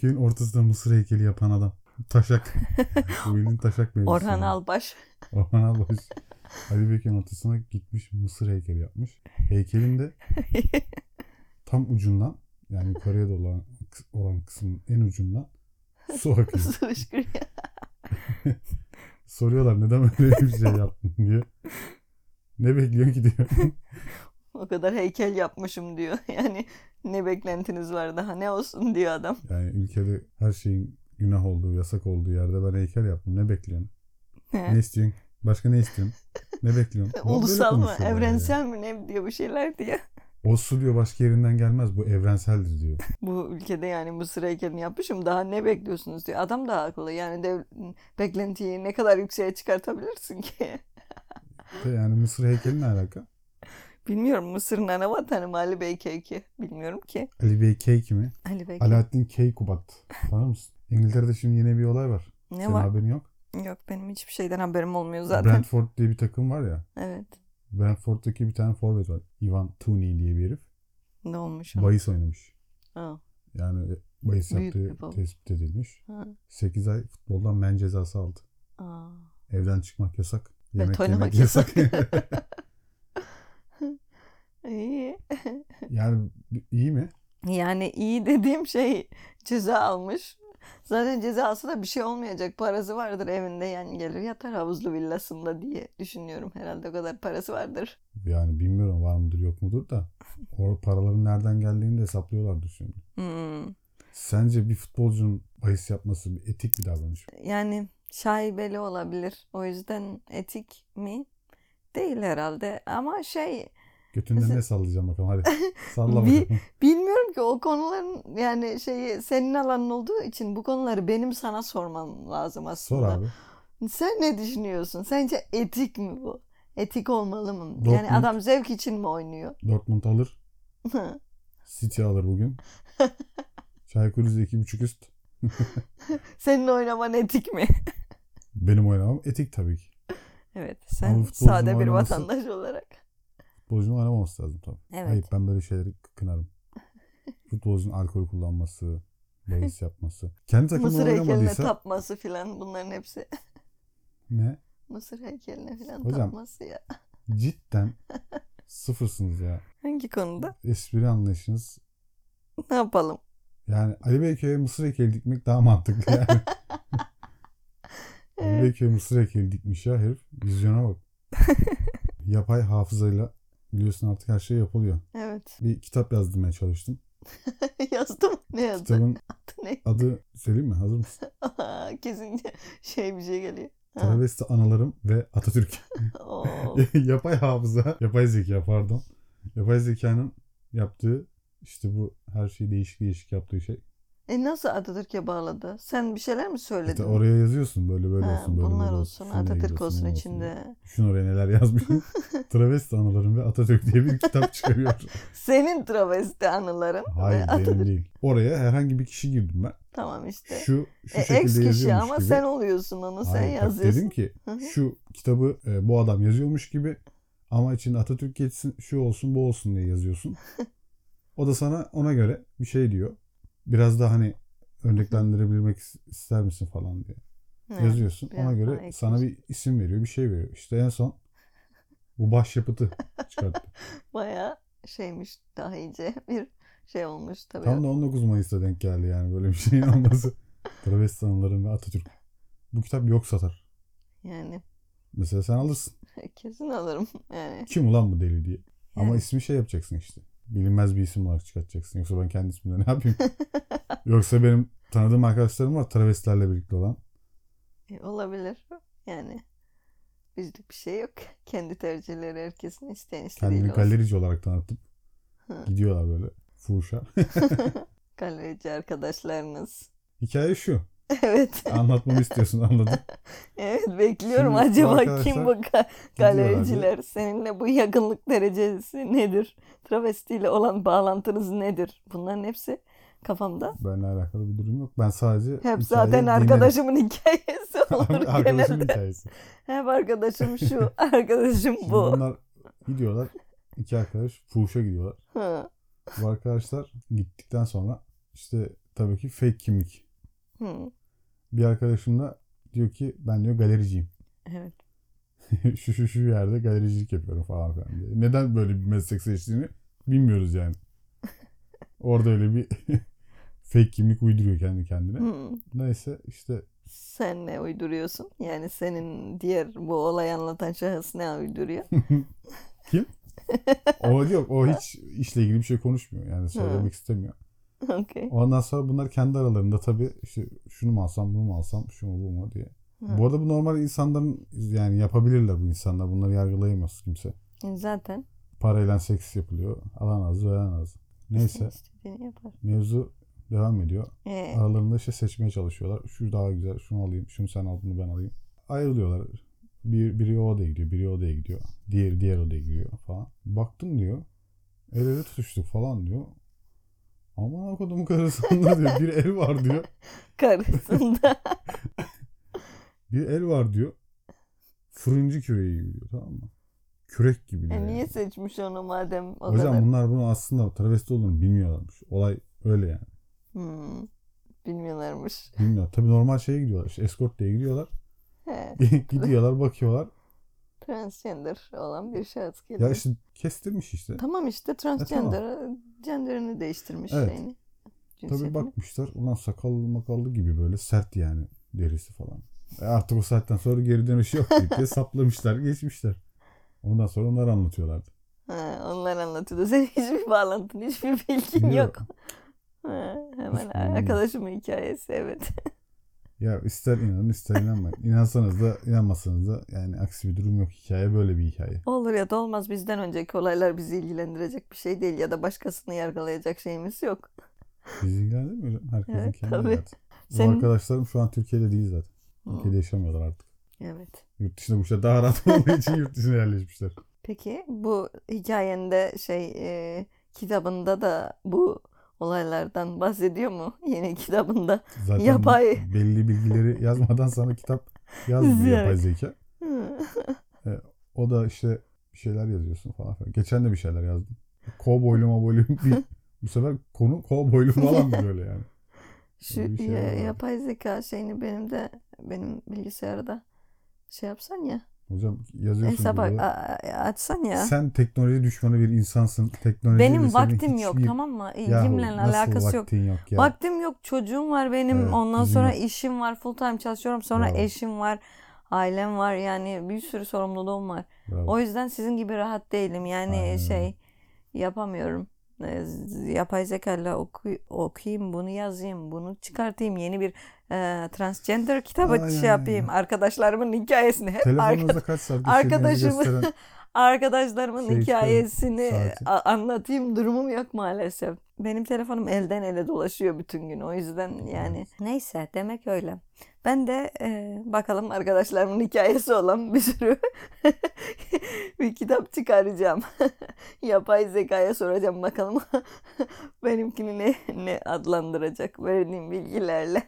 Beyköy'ün ortasında mısır heykeli yapan adam. Taşak. Bu bildiğin taşak mevzusu. Orhan Albaş. Orhan Albaş. Ali Beyköy'ün ortasına gitmiş mısır heykeli yapmış. Heykelin de tam ucundan, yani yukarıya doğru olan kısmın en ucundan su akıyor. Su fışkırıyor. Soruyorlar neden böyle bir şey yaptın diye. Ne bekliyorsun ki diyor. O kadar heykel yapmışım diyor. Yani ne beklentiniz var daha, ne olsun diyor adam. Yani ülkede her şeyin günah olduğu, yasak olduğu yerde ben heykel yaptım. Ne bekliyorsun? Ne istiyorsun? Başka ne istiyorsun? Ne bekliyorsun? Ulusal mı, evrensel mi, ne diyor bu şeyler diyor. O su diyor başka yerinden gelmez. Bu evrenseldir diyor. Bu ülkede yani mısır heykelini yapmışım. Daha ne bekliyorsunuz diyor. Adam da haklı. Yani beklentiyi ne kadar yükseğe çıkartabilirsin ki? Yani mısır heykeli ne alaka? Bilmiyorum. Mısır'ın ana vatanı mı Ali Beyköy ki? Bilmiyorum ki. Ali Beykey kimi? Ali Beyköy. Alaaddin Keykubat. Tanır mısın? İngiltere'de şimdi yeni bir olay var. Ne Senin var? haberin yok. Yok, benim hiçbir şeyden haberim olmuyor zaten. Brentford diye bir takım var ya. Evet. Brentford'daki bir tane forvet var. Ivan Toney diye bir herif. Ne olmuş o? Bahis oynamış. Aa. Yani bahis Büyük bir yaptığı bal. tespit edilmiş. Ha. 8 ay futboldan men cezası aldı. Aa. Evden çıkmak yasak. Yemek oynamak yemek yasak. İyi. Yani iyi mi? Yani iyi dediğim şey ceza almış. Zaten cezası da bir şey olmayacak. Parası vardır evinde, yani gelir yatar havuzlu villasında diye düşünüyorum. Herhalde o kadar parası vardır. Yani bilmiyorum var mıdır yok mudur da. O paraların nereden geldiğini de hesaplıyorlardır şimdi. Sence bir futbolcunun bahis yapması bir etik bir davranış mı? Yani şaibeli olabilir. O yüzden etik mi? Değil herhalde. Ama Götünden ne sallayacağım bakalım hadi. Salla bakalım. Bilmiyorum ki o konuların, yani senin alanın olduğu için bu konuları benim sana sormam lazım aslında. Sor abi. Sen ne düşünüyorsun? Sence etik mi bu? Etik olmalı mı? Yani adam zevk için mi oynuyor? Dortmund alır. City alır bugün. Çaykur Rize 2.5 üst. Senin oynaman etik mi? Benim oynamam etik tabii ki. Evet, sen sade bir vatandaş olarak. Futbolcunun oynamaması lazım tabii. Evet. Hayır, ben böyle şeyleri kınarım. Futbolcunun alkol kullanması, bahis yapması. Kendi takımda Mısır oynamadıysa... heykeline tapması filan, bunların hepsi. Ne? Mısır heykeline filan hocam, tapması ya. Cidden sıfırsınız ya. Hangi konuda? Espri anlayışınız. Ne yapalım? Yani Ali Beyköy'e mısır heykeli dikmek daha mantıklı yani. Ali Beyköy mısır heykeli dikmiş ya herif. Vizyona bak. Yapay hafızayla biliyorsun artık her şey yapılıyor. Evet. Bir kitap yazdırmaya çalıştım. Yazdım. Ne yazdın? Kitabın adı ne? adı söyleyeyim mi? Hazır mısın? Kesinlikle bir şey geliyor. Travesti Analarım ve Atatürk. Yapay hafıza, yapay zeka pardon. Yapay zekanın yaptığı işte bu her şeyi değişik yaptığı şey. Nasıl Atatürk'e bağladı? Sen bir şeyler mi söyledin? İşte oraya yazıyorsun böyle olsun böyle bunlar böyle olsun. Atatürk olsun bunlar içinde. Düşün oraya neler yazmış. Travesti Analarım ve Atatürk diye bir kitap çıkarıyor. Senin travesti anıların. Hayır benim değil. Oraya herhangi bir kişi girdim ben. Tamam işte. Şu şekilde yazıyormuş ama gibi. sen oluyorsun onu. Hayır, sen yazıyorsun. Dedim ki şu kitabı bu adam yazıyormuş gibi ama içinde Atatürk geçsin, şu olsun bu olsun diye yazıyorsun. O da sana ona göre bir şey diyor. Biraz da hani örneklendirebilmek ister misin falan diye. Yazıyorsun. Ona göre sana bir isim veriyor, bir şey veriyor. İşte en son bu başyapıtı çıkarttı. Bayağı daha iyice bir şey olmuş tabii. Tam da 19 Mayıs'ta denk geldi yani böyle bir şeyin olması. Travesti Anılarım ve Atatürk. Bu kitap yok satar. Yani. Mesela sen alırsın. Kesin alırım yani. Kim ulan bu deli diye. Ama ismi yapacaksın işte. Bilinmez bir isim olarak çıkartacaksın. Yoksa ben kendi ismimle ne yapayım? Yoksa benim tanıdığım arkadaşlarım var travestilerle birlikte olan. Olabilir. Yani bizlik bir şey yok. Kendi tercihleri herkesin isteyen istediğiyle Kendini galerici olarak tanıtıp gidiyorlar böyle fuhuşa. Galerici arkadaşlarınız. Hikaye şu. Evet. Anlatmamı istiyorsun, anladım. Evet, bekliyorum. Şimdi acaba kim bu galericiler? Seninle bu yakınlık derecesi nedir? Travestiyle olan bağlantınız nedir? Bunların hepsi kafamda. Benimle alakalı bir durum yok. Ben sadece hep zaten arkadaşımın hikayesi olur arkadaşımın genelde. hikayesi. Hep arkadaşım şu, arkadaşım Şimdi bu. bunlar gidiyorlar. İki arkadaş fuhuşa gidiyorlar. Bu arkadaşlar gittikten sonra işte tabii ki fake kimlik. Hı. Bir arkadaşım da diyor ki ben diyor galericiyim. Evet. şu yerde galericilik yapıyorum falan filan diye. Neden böyle bir meslek seçtiğini bilmiyoruz yani. Orada öyle bir fake kimlik uyduruyor kendi kendine. Hı. Neyse işte. Sen ne uyduruyorsun? Yani senin diğer bu olayı anlatan şahıs ne uyduruyor? Kim? O yok. O hiç işle ilgili bir şey konuşmuyor. Yani söylemek istemiyor. Okay. Ondan sonra bunlar kendi aralarında tabii işte şunu mu alsam bunu mu alsam şu mu bu mu diye. Hı. Bu arada bu normal insanların yani yapabilirler bu insanlar. Bunları yargılayamaz kimse. Zaten. Parayla seks yapılıyor. Alan az veren az. Neyse. İstediğini yapar. Mevzu devam ediyor. Aralarında işte seçmeye çalışıyorlar. Şu daha güzel, şunu alayım, şunu sen al, bunu ben alayım. Ayrılıyorlar. Biri o odaya gidiyor, biri o odaya gidiyor. Diğer odaya gidiyor falan. Baktım diyor. El ele tutuştuk falan diyor. Aman kodumun karısında diyor. Bir el var diyor. Karısında. Bir el var diyor. Fırıncı küreği gibi diyor, tamam mı? Kürek gibi diyor. Niye seçmiş onu madem o Hocam kadar? bunlar bunu aslında travesti olduğunu bilmiyorlarmış. Olay öyle yani. Bilmiyorlarmış. Bilmiyor. Tabii normal şeye gidiyorlar. İşte escort diye gidiyorlar. Gidiyorlar bakıyorlar. Transgender olan bir şahıs geliyor. Ya işte kestirmiş işte. Tamam işte transgender. Tamam. Genderini değiştirmiş Evet. şeyini. Tabii bakmışlar. Ulan sakallı makallı gibi böyle sert yani derisi falan. Artık o saatten sonra geri dönüş yok diye saplamışlar geçmişler. Ondan sonra onlar anlatıyorlardı. Onlar anlatıyordu. Senin hiçbir bağlantın, hiçbir bilgin yok. Hemen arkadaşımın hikayesi, evet. Ya ister inanın ister inanmayın. İnansanız da inanmasanız da yani aksi bir durum yok. Hikaye böyle bir hikaye. Olur ya da olmaz. Bizden önceki olaylar bizi ilgilendirecek bir şey değil ya da başkasını yargılayacak şeyimiz yok. Bizi ilgilendirmiyor hocam. Herkesin Evet, kendi tabii. hayatı. Bu arkadaşlarım şu an Türkiye'de değil zaten. Türkiye'de yaşamıyorlar artık. Evet. Yurt dışında bu işler daha rahat olduğu için yurt dışına yerleşmişler. Peki bu hikayende kitabında da bu olaylardan bahsediyor mu? Yeni kitabında. Zaten Yapay. belli bilgileri yazmadan sana kitap yazmıyor yapay zeka. O da işte bir şeyler yazıyorsun falan filan. Geçen de bir şeyler yazdım. Kovboylu bu sefer konu kovboylu falan böyle yani. Şu yapay zeka şeyini benim bilgisayarda yapsan ya. Hocam yazıyorsun hesap burada. Açsan ya. Sen teknoloji düşmanı bir insansın. Benim vaktim yok, tamam mı? İlgimle alakası yok. Yok ya? Vaktim yok. Çocuğum var benim. Evet, ondan sonra yok. işim var. Full time çalışıyorum. Sonra Bravo. eşim var. Ailem var. Yani bir sürü sorumluluğum var. Bravo. O yüzden sizin gibi rahat değilim. Yani Aynen. yapamıyorum. Yapay zekayla okuyayım, bunu yazayım, bunu çıkartayım, yeni bir transgender kitabı yapayım. Arkadaşlarımın hikayesini hep telefonunuzda kaç saat arkadaşlarımın hikayesini anlatayım durumum yok maalesef. Benim telefonum elden ele dolaşıyor bütün gün. O yüzden yani neyse demek öyle. Ben de bakalım arkadaşlarımın hikayesi olan bir sürü bir kitap çıkaracağım. Yapay zekaya soracağım bakalım benimkini ne adlandıracak verdiğim bilgilerle.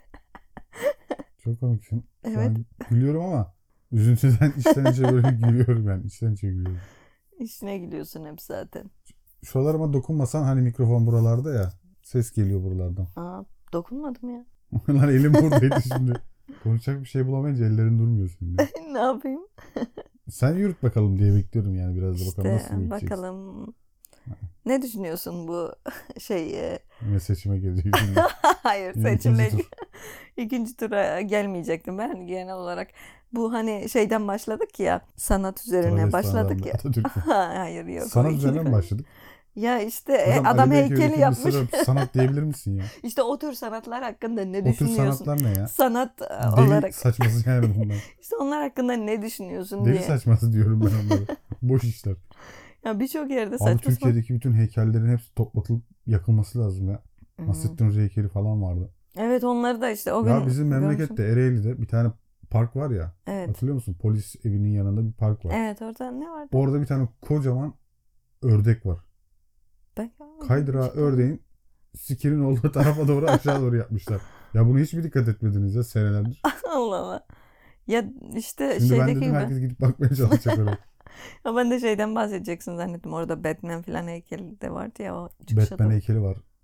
Çok komiksin. Evet. Şu an gülüyorum ama üzüntüden içten içe böyle gülüyorum yani. İçten içe gülüyorum. İşine gülüyorsun hep zaten. Şuralarıma dokunmasan hani mikrofon buralarda ya. Ses geliyor buralardan. Dokunmadım ya. Lan elim buradaydı şimdi. Konuşacak bir şey bulamayınca ellerin durmuyor şimdi. Ne yapayım? Sen yürüt bakalım diye bekliyorum yani biraz da bakalım nasıl yürüteceksin. Bakalım. Ne düşünüyorsun bu Yine seçime girecek şimdi. Hayır, seçimle ikinci tura gelmeyecektim. Ben genel olarak bu hani şeyden başladık ya, sanat üzerine başladık ya. Hayır yok. Sanat üzerine mi başladık? Ya işte hocam, adam heykeli yapmış. Sanat diyebilir misin ya? İşte o tür sanatlar hakkında ne düşünüyorsun? düşünüyorsun? O tür sanatlar ne ya? Sanat Deli olarak. saçması yani bunlar. İşte onlar hakkında ne düşünüyorsun Deli diye. saçması diyorum ben onlara. Boş işler. Ya birçok yerde saçma. Abi Türkiye'deki bütün heykellerin hepsi toplatılıp yakılması lazım ya. Nasrettin Hoca heykeli falan vardı. Evet, onları da işte o gün. Ya bizim memlekette Ereğli'de bir tane park var ya. Evet. Hatırlıyor musun? Polis evinin yanında bir park var. Evet, orada ne vardı? Orada bir tane kocaman ördek var. Kaydırağı ördeğin sikirin olduğu tarafa doğru aşağı doğru yapmışlar. Ya bunu hiç mi dikkat etmediniz ya senelerdir? Allah Allah. Ya işte şimdi şeydeki ben dedim gibi. Herkes gidip bakmaya çalışacak oraya. Ya ben de şeyden bahsedeceksin zannettim. Orada Batman falan heykeli de vardı ya. O Batman heykeli var.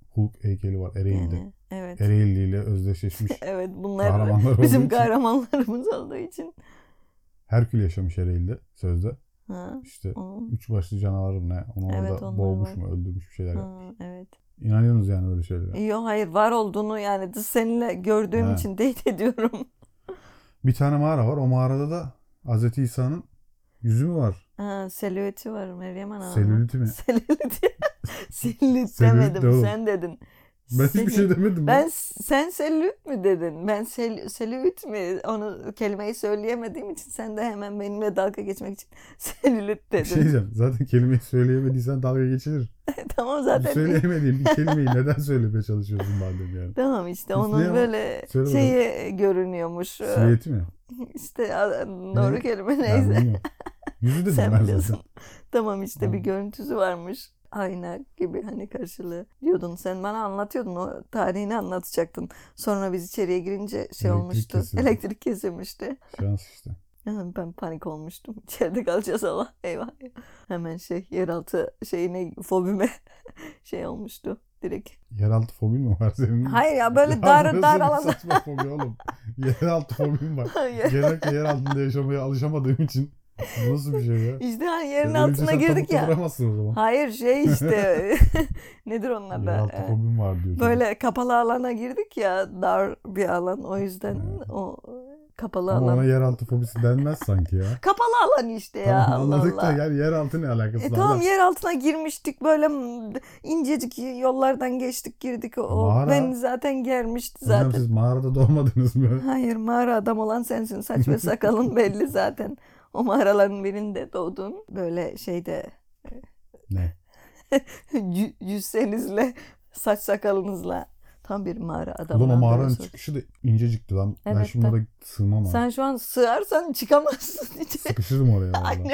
Hulk heykeli var Ereğli'de. Yani, evet. Ereğli ile özdeşleşmiş Evet, bunlar kahramanlar bizim olduğu için. kahramanlarımız olduğu için. Herkül yaşamış Ereğli'de sözde. Ha. İşte Hı. 3 başlı canavarım ne? Onu Evet, orada onlar boğmuş var. mu, öldürmüş bir şeyler Ha, yapmış. evet. İnanıyorsunuz yani öyle şeylere. Yok, hayır, var olduğunu yani seninle gördüğüm He. için teyit ediyorum. Bir tane mağara var. O mağarada da Hz. İsa'nın yüzü mü var? Ha, selüliti var Meryem Ana'nın. Selüliti mi? Selüliti. Selülit Selülit demedim, de oğlum. sen dedin. Ben hiçbir şey demedim. Sen selülit mi dedin? Ben selülit mi? Onu kelimeyi söyleyemediğim için sen de hemen benimle dalga geçmek için selülit dedin. Bir şey diyeceğim. Zaten kelimeyi söyleyemediysen dalga geçilir. Tamam zaten. Söyleyemediğin bir kelimeyi neden söylemeye çalışıyorsun madem yani? Tamam işte Biz onun ne böyle Söyle şeyi görünüyormuş. Silüeti mi? İşte doğru Ne? kelime Ben neyse. bilmiyorum. Yüzü dedim Sen ben biliyorsun. zaten. Tamam işte bir Tamam. görüntüsü varmış. Ayna gibi hani karşılığı diyordun. Sen bana anlatıyordun, o tarihini anlatacaktın. Sonra biz içeriye girince Elektrik olmuştu. kesildi. Elektrik kesilmişti. Şans işte. Ben panik olmuştum. İçeride kalacağız Allah. Eyvah. Hemen yeraltı şeyine, fobime olmuştu direkt. Yeraltı fobin mi var senin? Hayır ya, böyle Ya dar burası dar bir alanda. saçma fobi oğlum. Yeraltı fobim var. Hayır. Genellikle yer altında yaşamaya alışamadığım için. Bu nasıl bir şey ya? İşte hani yerin Öyle bir altına şey sen girdik tabutta ya. duramazsın o zaman. Hayır işte nedir onlar da? Yeraltı fobim var diyor. Böyle kapalı alana girdik ya, dar bir alan, o yüzden Evet. o kapalı Ama alan. ona yeraltı fobisi denmez sanki ya. Kapalı alan işte ya, Tamam Allah anladık da Allah. yani yeraltı ne alakası var? Tamam, yer altına girmiştik böyle incecik yollardan geçtik girdik, o Mağara. beni zaten germişti Hocam zaten. siz mağarada doğmadınız mı? Hayır, mağara adam olan sensin, saç ve sakalın belli zaten. O mağaraların birinde doğdun, böyle şeyde Ne? yüzsenizle, saç sakalınızla tam bir mağara adamı. Ulan o mağaranın çıkışı da incecikti lan. Ben Evet, şimdi orada sığmam abi. Sen şu an sığarsan çıkamazsın içeri. Sıkışırım oraya valla. Aynen.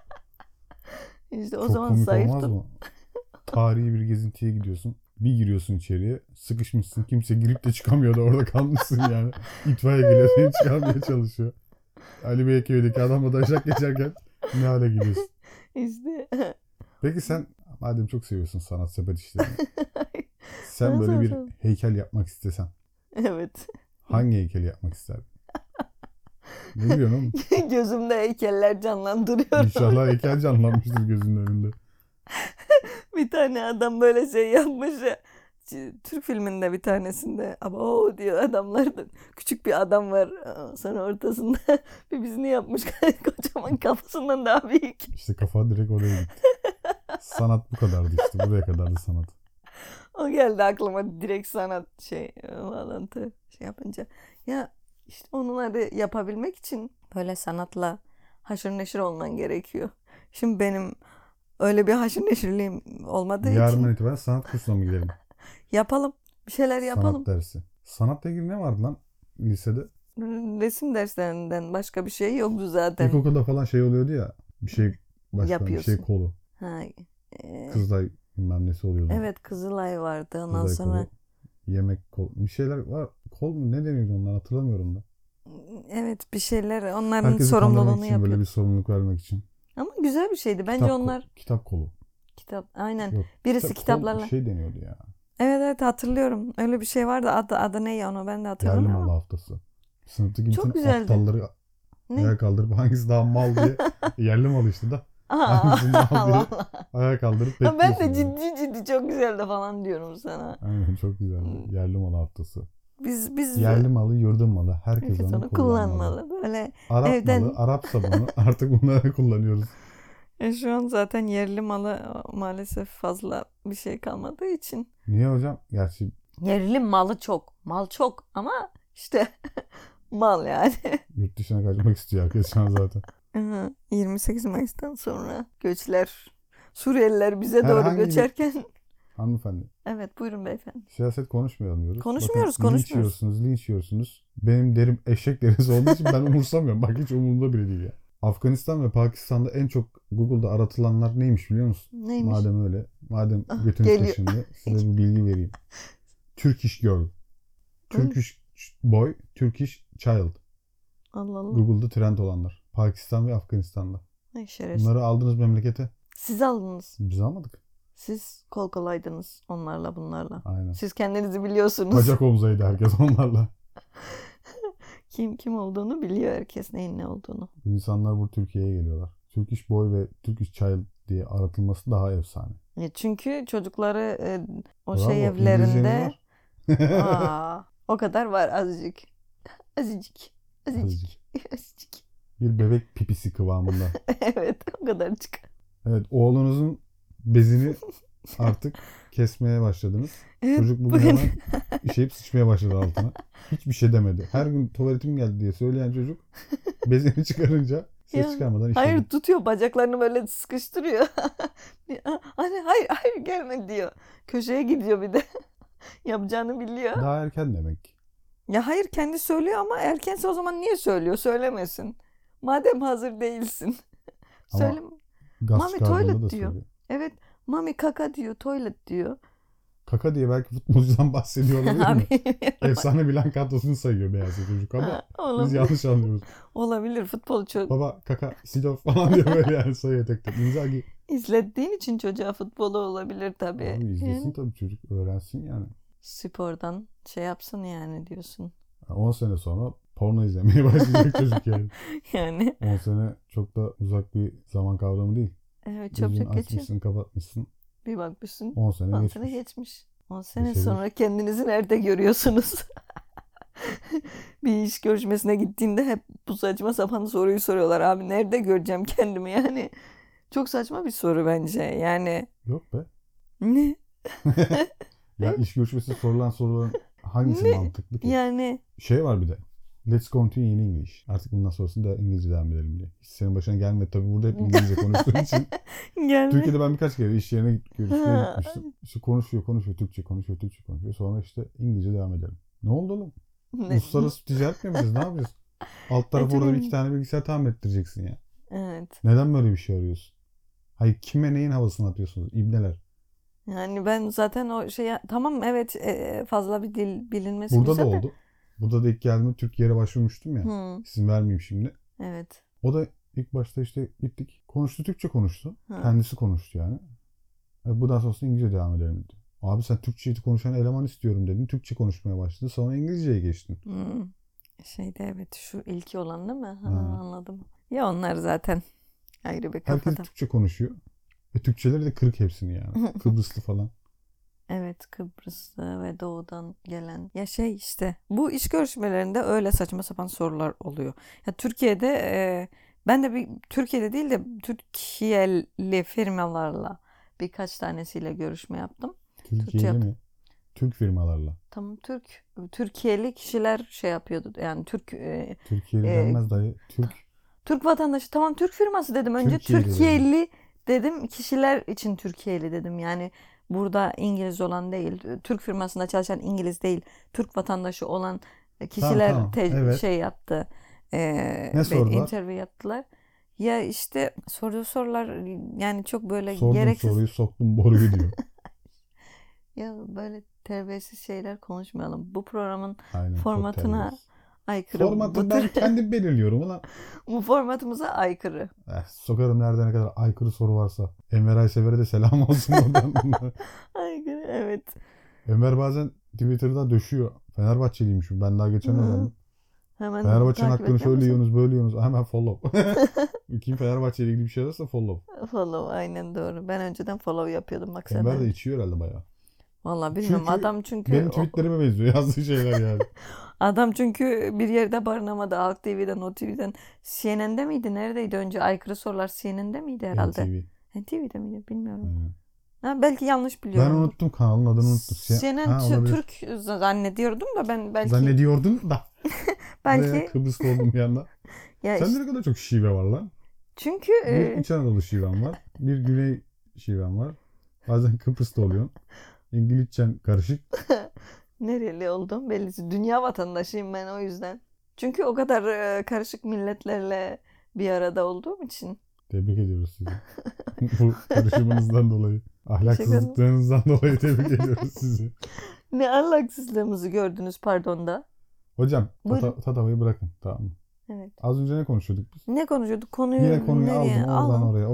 İşte o Çok zaman komik zayıf olmaz tut. mı? Tarihi bir gezintiye gidiyorsun. Bir giriyorsun içeriye. Sıkışmışsın. Kimse girip de çıkamıyor da orada kalmışsın yani. İtfaiye geliyor seni çıkarmaya çalışıyor. Ali Beyköy'deki adamla daşak geçerken ne hale geliyorsun. İşte. Peki sen madem çok seviyorsun sanat sepet işlerini. Sen Nasıl böyle bir olsun? heykel yapmak istesen Evet. hangi heykeli yapmak isterdin? Ne diyorsun oğlum? Gözümde heykeller canlandırıyorum. İnşallah heykel canlanmıştır gözünün önünde. Bir tane adam böyle yapmış ya. Türk filminde bir tanesinde ama o diyor adamlardan, küçük bir adam var, sonra ortasında bir bizini yapmış kocaman, kafasından daha büyük. İşte kafa direkt oraya gitti. Sanat bu kadardı işte. Buraya kadardı sanat. O geldi aklıma direkt, sanat bağlantı yapınca. Ya işte onları yapabilmek için böyle sanatla haşır neşir olman gerekiyor. Şimdi benim öyle bir haşır neşirliğim olmadığı için Yarından itibaren sanat kursuna mı gidelim? yapalım. Bir şeyler yapalım. Sanat dersi. Sanatla ilgili ne vardı lan lisede? Resim derslerinden başka bir şey yoktu zaten. İlkokulda falan şey oluyordu ya. Bir şey başkan, bir şey Yapıyorsun. kolu. Ha, Kızılay bilmem nesi oluyordu. evet, Kızılay vardı. Ondan Kızılay sonra kolu. Yemek kol. Bir şeyler var. Kol mu? Ne deniyordu onlar hatırlamıyorum da. evet, bir şeyler onların Herkesi kandırmak sorumluluğunu için böyle yapıyor. bir sorumluluk vermek için. Ama güzel bir şeydi. Bence onlar Kitap kolu. kitap, aynen. Yok. Birisi Kol kitaplarla. bir şey deniyordu ya. Evet hatırlıyorum. Öyle bir şey vardı. Adı ne ya, onu ben de Yerli hatırlamıyorum malı ama. haftası. Sınıftaki Çok bütün güzeldi. aptalları Ne? ayağa kaldırıp hangisi daha mal diye yerli malı işte da Aa, hangisi mal diye Allah Allah. ayağa kaldırıp Ha, bekliyorsun. ben de yani. ciddi çok güzeldi falan diyorum sana. Aynen çok güzeldi. Yerli malı haftası. Biz Yerli malı, yurdun malı. Herkes herkes onu onu kullanmalı. kullanmalı. Böyle Arap evden malı, Arap sabunu artık bunları kullanıyoruz. şu an zaten yerli malı maalesef fazla bir şey kalmadığı için. Niye hocam? Gerçi Yerli malı çok. Mal çok ama işte mal yani. yurt dışına kaçmak istiyor herkes şu an zaten. 28 Mayıs'tan sonra göçler, Suriyeliler bize doğru Herhangi bir- göçerken. Hanımefendi. Evet, buyurun beyefendi. Siyaset konuşmayalım diyoruz. Konuşmuyoruz, Bakın, konuşmuyoruz. linç yiyorsunuz. Benim derim eşek derisi olduğu için ben umursamıyorum. Bak hiç umurumda bile değil ya. Afganistan ve Pakistan'da en çok Google'da aratılanlar neymiş biliyor musun? Neymiş? Madem öyle. Madem götünüz geliyor. kaşındı. Size bir bilgi vereyim. Turkish girl. Turkish boy. Turkish child. Allah Allah. Google'da trend olanlar. Pakistan ve Afganistan'da. Ay şerefsiz. Bunları aldınız memlekete. Siz aldınız. Biz almadık. Siz kol kolaydınız onlarla bunlarla. Aynen. Siz kendinizi biliyorsunuz. Bacak omzaydı herkes onlarla. Kim olduğunu biliyor herkes, neyin ne olduğunu. Bu insanlar bu Türkiye'ye geliyorlar. Turkish Boy ve Turkish Child diye aratılması daha efsane. Çünkü çocukları o Bravo, şey İngilizceniz evlerinde var. o kadar var azıcık. Azıcık. Azıcık. Azıcık. Bir bebek pipisi kıvamında. Evet, o kadarcık. Evet, oğlunuzun bezini artık kesmeye başladınız. Evet, Çocuk bugün hemen işeyip sıçmaya başladı altına. Hiçbir şey demedi. Her gün tuvaletim geldi diye söyleyen çocuk bezini çıkarınca ses çıkarmadan işedi. Hayır, tutuyor bacaklarını böyle sıkıştırıyor. Hani hayır gelme diyor. Köşeye gidiyor bir de. Yapacağını biliyor. Daha erken demek. Ya hayır, kendi söylüyor ama erkense o zaman niye söylüyor? Söylemesin. Madem hazır değilsin. Ama Söyle. gaz Mami çıkardığında tuvalet da diyor. söylüyor. Evet. Mami kaka diyor. Tuvalet diyor. Kaka diye belki futbolcudan bahsediyor olabilir mi? Abi, Efsane Milan kadrosunu sayıyor beyaz çocuk ama biz yanlış anlıyoruz. Olabilir, futbol çok. Baba kaka Sidorf falan diyor böyle yani sayıyor tek tek. Inzaghi. İzlettiğin için çocuğa futbolu olabilir tabii. Abi izlesin tabii çocuk öğrensin yani. Spordan şey yapsın yani diyorsun. 10 sene sonra porno izlemeye başlayacak çocuk yani. Yani. 10 sene çok da uzak bir zaman kavramı değil. Evet, Gözünü çok geçiyor. açmışsın kapatmışsın. Bir bakmışsın 10 sene 10 geçmiş. sene geçmiş. 10 sene Geçebilir. sonra kendinizi nerede görüyorsunuz? Bir iş görüşmesine gittiğinde hep bu saçma sapan soruyu soruyorlar. Abi nerede göreceğim kendimi yani? Çok saçma bir soru bence. Yani Yok be. ne? Ya iş görüşmesi sorulan soruların hangisi Ne? mantıklı ki? Yani Şey var bir de. Let's continue in English. Artık bundan sonrasında İngilizce devam edelim diye. Hiç senin başına gelmedi. Tabii burada hep İngilizce konuştuğun için. gelme. Türkiye'de ben birkaç kere iş yerine görüşmeye Ha. gitmiştim. İşte konuşuyor. Türkçe konuşuyor. Sonra işte İngilizce devam edelim. Ne oldu oğlum? Ne? Uluslararası ticaret mi yapacağız? Ne yapacağız? Alt tarafı orada bir tabii. iki tane bilgisayar tamir ettireceksin ya. Evet. Neden böyle bir şey arıyorsun? Hayır kime neyin havasını atıyorsunuz? İbneler. Yani ben zaten o şeye tamam evet fazla bir dil bilinmesi Burada da güzel de. oldu. Burada da ilk geldiğimde Türkiye'ye başvurmuştum ya. Hı, İsim vermeyeyim şimdi. evet. O da ilk başta işte gittik. Konuştu Türkçe konuştu. Hı. Kendisi konuştu yani. Bundan sonrasında İngilizce devam edelim dedi. Abi sen Türkçe konuşan eleman istiyorum dedin. Türkçe konuşmaya başladı. Sonra İngilizceye geçtin. Hı. Şeyde evet şu ilki olan değil mi? Ha, Ha. anladım. Ya onlar zaten ayrı bir Herkes kafada. Türkçe konuşuyor. Türkçeleri de kırık hepsini yani. Kıbrıslı falan. Evet, Kıbrıs'ta ve doğudan gelen. Ya şey işte bu iş görüşmelerinde öyle saçma sapan sorular oluyor. Ya Türkiye'de ben de bir Türkiye'de değil de Türkiye'li firmalarla birkaç tanesiyle görüşme yaptım. Türkiye'li yaptım. mi? Türk firmalarla. Tamam, Türkiye'li kişiler şey yapıyordu. Yani Türkiye'li denmez dayı. Türk vatandaşı. Tamam, Türk firması dedim önce. Türkiye'li Türkiye'li dedim. Kişiler için Türkiye'li dedim. Yani burada İngiliz olan değil. Türk firmasında çalışan İngiliz değil. Türk vatandaşı olan kişiler Tamam, evet. şey yaptı. Ne sordular? Interview yaptılar. Ya işte sorduğu sorular yani çok böyle Sordum gereksiz. soruyu soktum boruyu diyor. Ya böyle terbiyesiz şeyler konuşmayalım. Bu programın Aynen, çok formatına terbiyesiz. aykırı. Formatı ben kendim belirliyorum ulan. Bu formatımıza aykırı. Sokarım nerede ne kadar aykırı soru varsa. Enver Aysever'e de selam olsun oradan. Aykırı, evet. Enver bazen Twitter'da döşüyor. Fenerbahçeliymiş. Ben daha geçen öğrendim. Hemen Fenerbahçe'nin takip hakkını ediyor şöyle musun? yiyorsunuz böyle yiyorsunuz. Hemen follow. Kim Fenerbahçe ile ilgili bir şey varsa follow. Follow, aynen doğru. Ben önceden follow yapıyordum bak sen. Enver de içiyor herhalde bayağı. Vallahi bilmiyorum. Çünkü Adam çünkü benim tweetlerime benziyor yazdığı şeyler yani. adam çünkü bir yerde barınamadı. Halk TV'den, o TV'den. CNN'de miydi? Neredeydi önce? Aykırı sorular CNN'de miydi herhalde? NTV. NTV'de miydi? Bilmiyorum. Aynen. Ha, belki yanlış Ben biliyorum. unuttum kanalın adını unuttum. CNN olabilir. Türk zannediyordum da ben belki Zannediyordun da. belki Kıbrıs'ta oldum bir anda. ya Sende işte, ne kadar çok şive var lan. çünkü Bir İç Anadolu şiven var. Bir Güney şiven var. Bazen Kıbrıs'ta oluyorsun. İngilizcen karışık. nereli olduğum belli. Dünya vatandaşıyım ben o yüzden. Çünkü o kadar karışık milletlerle bir arada olduğum için. Tebrik ediyoruz sizi. Bu karışımınızdan dolayı. Ahlaksızlıklarınızdan dolayı tebrik ediyoruz sizi. Ne ahlaksızlığımızı gördünüz pardon da. Hocam Buyurun. tatavayı bırakın. Tamam mı? Evet. Az önce ne konuşuyorduk biz? Ne konuşuyorduk? Konuyu Yine konuyu nereye? aldım oradan oraya, oradan oraya,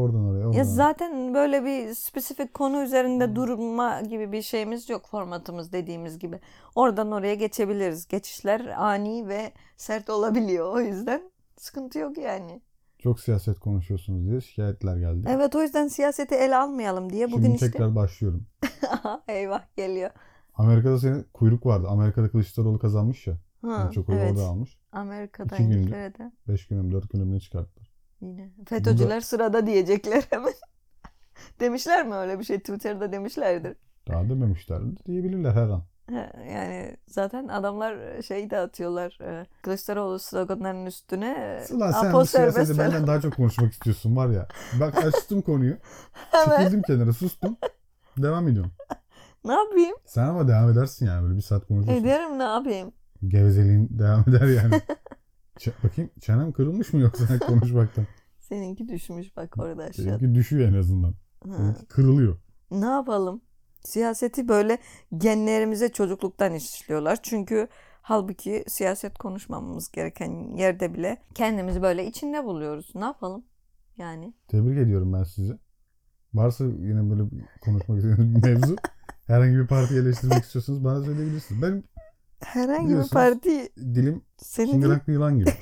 Ya zaten böyle bir spesifik konu üzerinde durma gibi bir şeyimiz yok, formatımız dediğimiz gibi. Oradan oraya geçebiliriz. Geçişler ani ve sert olabiliyor. O yüzden sıkıntı yok yani. Çok siyaset konuşuyorsunuz diye şikayetler geldi. Evet, o yüzden siyaseti ele almayalım diye bugün Şimdi tekrar başlıyorum. Eyvah geliyor. Amerika'da senin kuyruk vardı. Amerika'da Kılıçdaroğlu kazanmış ya. Ha, Çok oyu evet. orada almış. Amerika'da, 2 gündür, İngiltere'de. 5 günüm 4 günüm ne çıkarttılar. Yine. FETÖ'cüler sırada diyecekler hemen. Demişler mi öyle bir şey? Twitter'da demişlerdir. Daha dememişler diyebilirler her an. Yani zaten adamlar şey de atıyorlar. Kılıçdaroğlu sloganlarının üstüne Ulan sen Apo bu serbest siyaseti falan. benden daha çok konuşmak istiyorsun var ya. Bak açtım konuyu. Hemen. Çekildim kenara sustum. Devam ediyorum. Ne yapayım? Sen ama devam edersin yani böyle bir saat konuşuyorsun. Ederim, ne yapayım? Gevezeliğin devam eder yani. Bakayım çenem kırılmış mı yoksa konuşmaktan? Seninki düşmüş bak orada aşağı. Benimki düşüyor en azından. Ha. Benimki kırılıyor. Ne yapalım? Siyaseti böyle genlerimize çocukluktan işliyorlar. Çünkü halbuki siyaset konuşmamamız gereken yerde bile kendimizi böyle içinde buluyoruz. Ne yapalım? Yani. Tebrik ediyorum ben sizi. Varsa yine böyle konuşmak istediğiniz bir mevzu, herhangi bir parti eleştirmek istiyorsanız bana söyleyebilirsiniz. Benim Herhangi bir parti dilim senin çıngıraklı yılan gibi.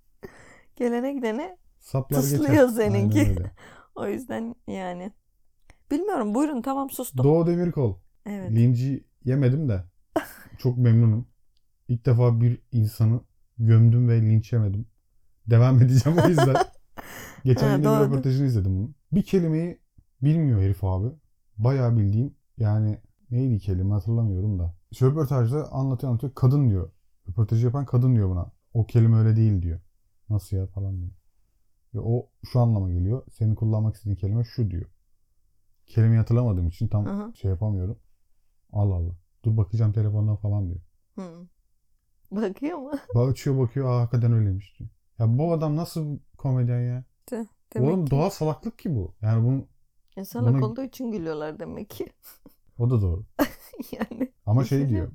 gelene gidene Saplar tıslıyor geçer. seninki. Aynen öyle. O yüzden yani. Bilmiyorum, buyurun, tamam, sustum. Doğu Demirkol. Evet. Linci yemedim de çok memnunum. İlk defa bir insanı gömdüm ve linç yemedim. Devam edeceğim o yüzden. Geçen yine bir röportajını izledim bunun. Bir kelimeyi bilmiyor herif abi. Bayağı bildiğin, yani neydi kelime hatırlamıyorum da. Şu röportajda anlatıyor. Kadın diyor. Röportajı yapan kadın diyor buna. O kelime öyle değil diyor. Nasıl ya falan diyor. Ve o şu anlama geliyor. Senin kullanmak istediğin kelime şu diyor. Kelimeyi hatırlamadığım için tam şey yapamıyorum. Allah Allah. Dur bakacağım telefondan falan diyor. Hı. Bakıyor mu? Açıyor bakıyor. Aa hakikaten öyleymiş diyor. Ya bu adam nasıl komedyen ya? Oğlum doğal salaklık ki bu. Yani bunun salak olduğu için gülüyorlar demek ki. O da doğru. Yani. Ama şey diyor.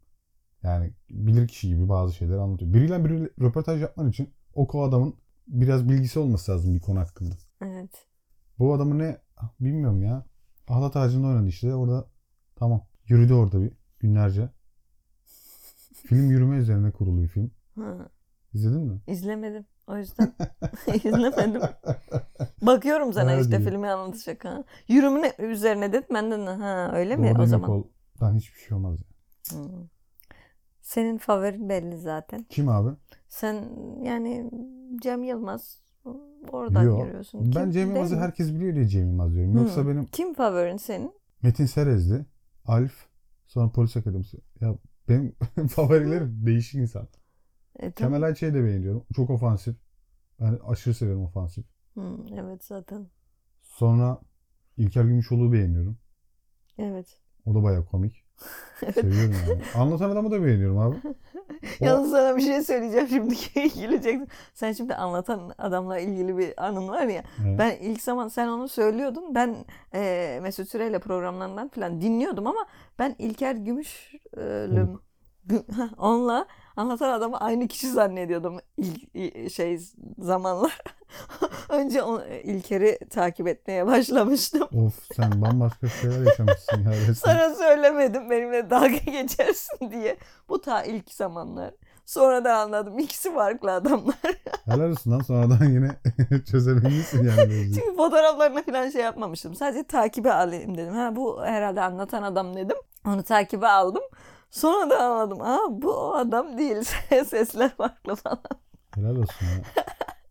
Yani bilir kişi gibi bazı şeyleri anlatıyor. Biriyle röportaj yapman için o adamın biraz bilgisi olması lazım bir konu hakkında. Evet. Bu adamı ne bilmiyorum ya. Ahlat ağacında oynadı işte. Orada tamam. Yürüdü orada bir günlerce. Film yürüme üzerine kurulu bir film. Ha. İzledin mi? İzlemedim. O yüzden izlemedim. Bakıyorum sana Öyle işte değil. filmi anlatacak ha. Yürüme üzerine dedim benden öyle mi Doğru o zaman? Demirkol'dan hiçbir şey olmaz ya. Senin favorin belli zaten. Kim abi? Sen yani Cem Yılmaz oradan görüyorsun. Ben Cem Yılmaz'ı herkes biliyor diye Cem Yılmaz diyorum. Yoksa benim... Kim favorin senin? Metin Serezli, Alf, sonra Polis Akademisi. Ya benim favorilerim değişik insan. Kemal Ayça'yı da beğeniyorum. Çok ofansif. Ben aşırı severim ofansif. Evet zaten. Sonra İlker Gümüşoğlu'yu beğeniyorum. Evet. O da bayağı komik. Seviyorum yani. Anlatan Adam'ı da beğeniyorum abi. Yalnız sana bir şey söyleyeceğim şimdi. Güleceksin. Sen şimdi Anlatan Adam'la ilgili bir anın var ya. Evet. Ben ilk zaman sen onu söylüyordun. Ben Mesut Süreyle programlarından falan dinliyordum ama ben İlker Gümüşlüm onunla Anlatan Adam'ı aynı kişi zannediyordum zamanlar. Önce İlker'i takip etmeye başlamıştım. Of, sen bambaşka şeyler yaşamışsın ya. Sana söylemedim benimle dalga geçersin diye. Bu ta ilk zamanlar. Sonra da anladım. İkisi farklı adamlar. Helal olsun lan, sonradan yine çözebilmişsin yani. Çünkü fotoğraflarına falan şey yapmamıştım. Sadece takibe alayım dedim. Bu herhalde Anlatan Adam dedim. Onu takibe aldım. Sonra da anladım. Bu o adam değil. Sesler farklı falan. Helal olsun ya.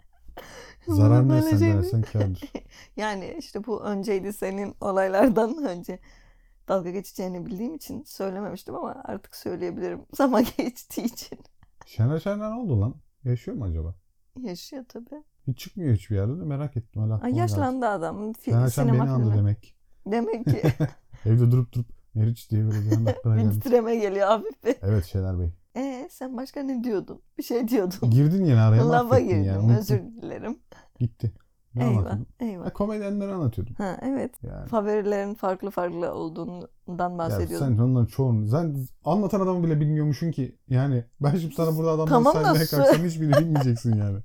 Zarar ne sen kârdır. Yani işte bu önceydi, senin olaylardan önce. Dalga geçeceğini bildiğim için söylememiştim ama artık söyleyebilirim. Zaman geçtiği için. Şener Şen'den ne oldu lan? Yaşıyor mu acaba? Yaşıyor tabii. Hiç çıkmıyor hiçbir yerde de, merak ettim. Yaşlandı adam. Şener Şen beni andı demek. Demek ki. Evde durup Meriç diye böyle bir anda aklına gelmiş. Titreme geliyor hafif bir. Evet Şener Bey. Sen başka ne diyordun? Bir şey diyordun. Girdin yine araya. Lava girdim. yani. Özür dilerim. Gitti. Ne Eyvah, anlatıyordum? eyvah. Komedyenleri anlatıyordum. Ha, evet. Yani. Favorilerin farklı olduğundan Ya bahsediyordum. sen onların çoğunu... Sen anlatan adamı bile bilmiyormuşsun ki. Yani ben şimdi sana burada adamları Tamam da saymaya kalksam hiçbirini bilmeyeceksin yani.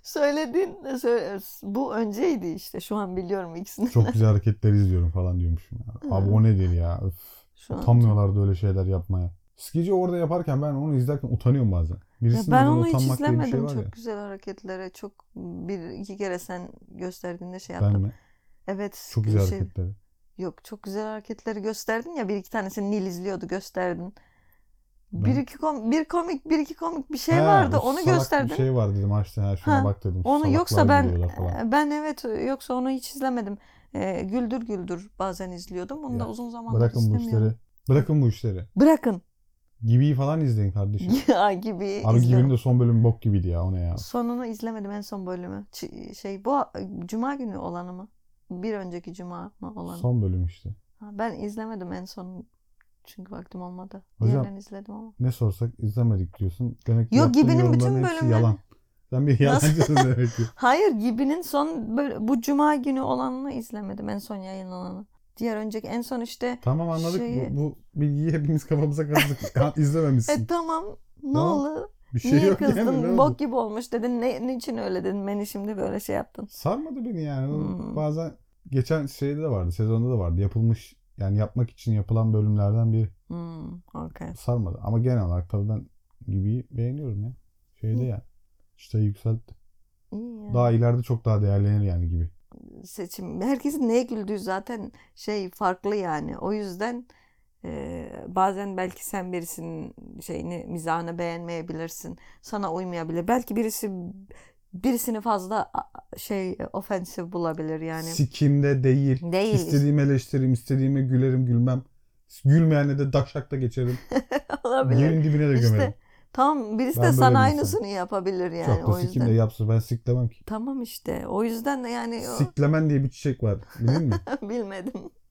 Bu önceydi işte. Şu an biliyorum ikisini. Çok güzel hareketler izliyorum falan diyormuşum. Ya. Abi o nedir ya? Öf. Utanmıyorlardı öyle şeyler yapmaya. Skeci orada yaparken ben onu izlerken utanıyorum bazen. Birisinin ben adına onu hiç utanmak diye bir şey izlemedim. var Çok ya. güzel hareketlere. Çok bir iki kere sen gösterdiğinde şey Ben yaptım. mi? Evet. Çok güzel hareketleri. Yok, çok güzel hareketleri gösterdin ya, bir iki tanesini Nil izliyordu, gösterdin. Ben... Bir iki komik bir şey vardı, onu gösterdin. Bir şey var dedim açtı şuna bak dedim. Onu yoksa falan. ben evet, yoksa onu hiç izlemedim. Güldür Güldür bazen izliyordum. Onu da uzun zamandır izlemiyorum. Bırakın bu işleri. Bırakın. Gibi'yi falan izleyin kardeşim. Ya Gibi Abi izledim. Gibi'nin de son bölümü bok gibiydi ya, o ne ya. Sonunu izlemedim, en son bölümü. Bu Cuma günü olanı mı? Bir önceki Cuma mı olanı? Son bölüm işte. Ben izlemedim en son. Çünkü vaktim olmadı. Hocam, diğerlerini izledim ama. Ne sorsak izlemedik diyorsun. Demek ki Yok, Gibi'nin bütün bölümleri yalan. Sen bir yalancısın demek ki. Hayır, Gibi'nin son bu Cuma günü olanını izlemedim. En son yayınlananı. Diğer önceki en son işte. Tamam, anladık. Bu bilgiyi hepimiz kafamıza kazdık. İzlememişsin. Tamam. Ne tamam. oldu? Bir şey Niye yok kızdın? yani. Bok gibi olmuş dedin. Niçin öyle dedin? Beni şimdi böyle şey yaptın. Sarmadı beni yani. Bazen geçen şeyde de vardı. Sezonda da vardı. Yapılmış, yani yapmak için yapılan bölümlerden biri. Okay. Sarmadı. Ama genel olarak tabii ben Gibi'yi beğeniyorum ya. Yani. İşte yükseltti. Yani. Daha ileride çok daha değerlenir yani Gibi. Seçim. Herkesin neye güldüğü zaten farklı yani. O yüzden bazen belki sen birisinin mizahını beğenmeyebilirsin. Sana uymayabilir. Belki birisini fazla ofensif bulabilir yani. Sikimde değil. İstediğimi eleştiririm, istediğime gülerim, gülmem. Gülmeyene de daşakta geçerim. Olabilir. Yerin dibine de gömerim. Tamam, birisi de sana aynısını yapabilir yani. Çok da sikimde yapsın, ben siklemem ki. Tamam işte. O yüzden yani. Siklemen diye bir çiçek var. Biliyor musun? Bilmedim.